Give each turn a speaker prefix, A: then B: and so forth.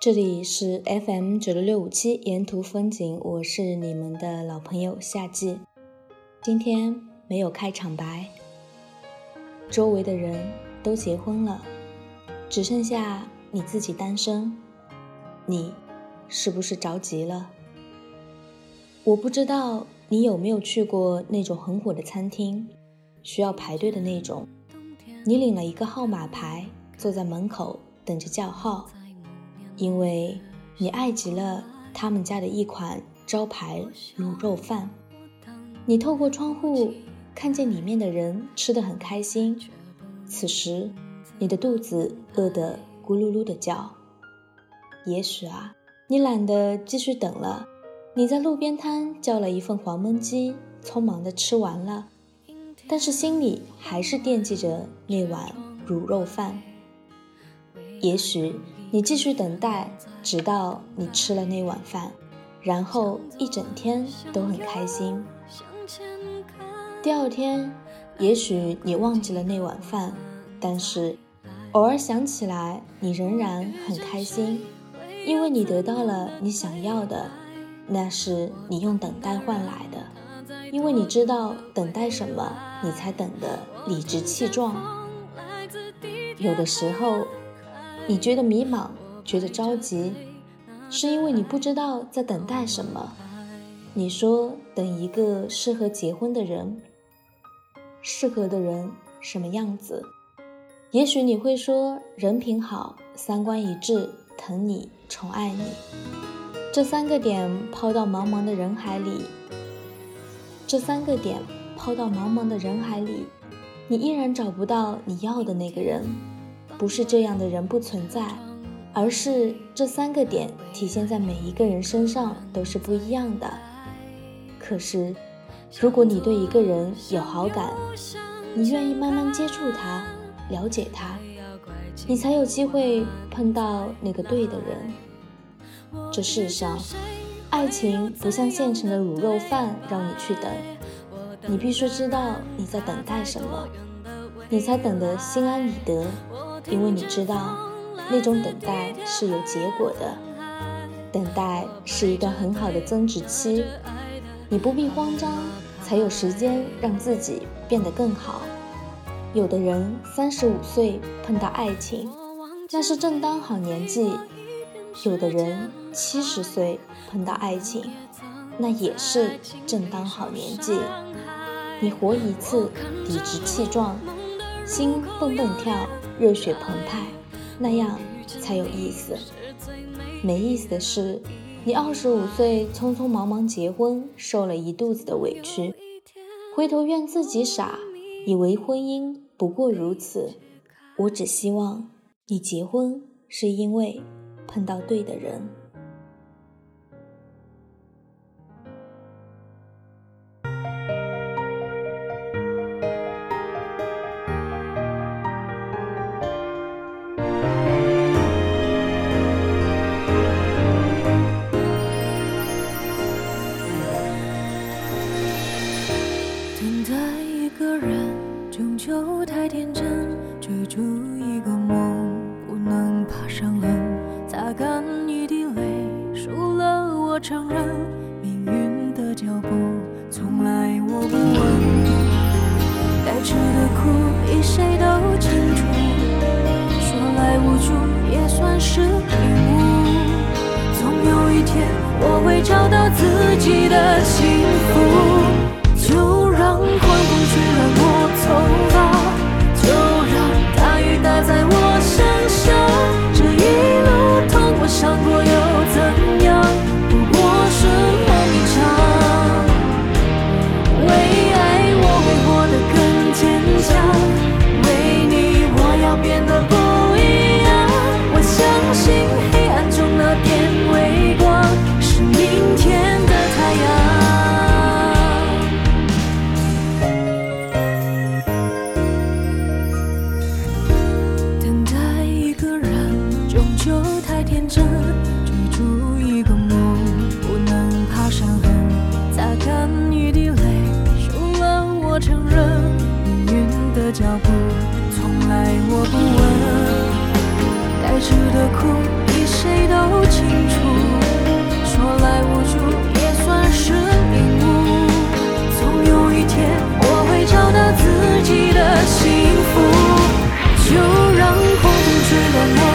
A: 这里是 FM96657沿途风景，我是你们的老朋友夏季。今天没有开场白，周围的人都结婚了，只剩下你自己单身，你是不是着急了？我不知道你有没有去过那种很火的餐厅，需要排队的那种，你领了一个号码牌，坐在门口等着叫号，因为你爱极了他们家的一款招牌卤肉饭。你透过窗户看见里面的人吃得很开心，此时你的肚子饿得咕噜噜的叫。也许你懒得继续等了，你在路边摊叫了一份黄焖鸡，匆忙地吃完了，但是心里还是惦记着那碗卤肉饭。也许你继续等待，直到你吃了那碗饭，然后一整天都很开心。第二天，也许你忘记了那碗饭，但是偶尔想起来，你仍然很开心，因为你得到了你想要的，那是你用等待换来的，因为你知道等待什么，你才等得理直气壮。有的时候你觉得迷茫，觉得着急，是因为你不知道在等待什么。你说等一个适合结婚的人，适合的人什么样子？也许你会说人品好，三观一致，疼你，宠爱你。这三个点抛到茫茫的人海里，你依然找不到你要的那个人。不是这样的人不存在，而是这三个点体现在每一个人身上都是不一样的。可是如果你对一个人有好感，你愿意慢慢接触他，了解他，你才有机会碰到那个对的人。这世上爱情不像现成的卤肉饭让你去等，你必须知道你在等待什么，你才等得心安理得，因为你知道那种等待是有结果的，等待是一段很好的增值期，你不必慌张，才有时间让自己变得更好。有的人35岁碰到爱情，那是正当好年纪，有的人70岁碰到爱情，那也是正当好年纪。你活一次，理直气壮，心蹦蹦跳，热血澎湃，那样才有意思。没意思的是，你25岁匆匆忙忙结婚，受了一肚子的委屈，回头怨自己傻，以为婚姻不过如此。我只希望你结婚是因为碰到对的人。
B: 等待一个人终究太天真，追逐一个梦不能爬上岸，擦干一滴泪，输了我承认，命运的脚步从来我不问，该吃的苦比谁都清楚，说来无助也算是领悟，总有一天我会找到自己的幸福。就让狂风吹乱我头发，就让大雨打在我身上，这一路痛过伤过又怎样，不过是梦一场。为爱我会活得更坚强，为你我要变得不一样。我相信黑暗中那点微光是明天的太阳。脚步从来我不问，该吃的苦比谁谁都清楚，说来无助也算是领悟，总有一天我会找到自己的幸福，就让空风吹乱我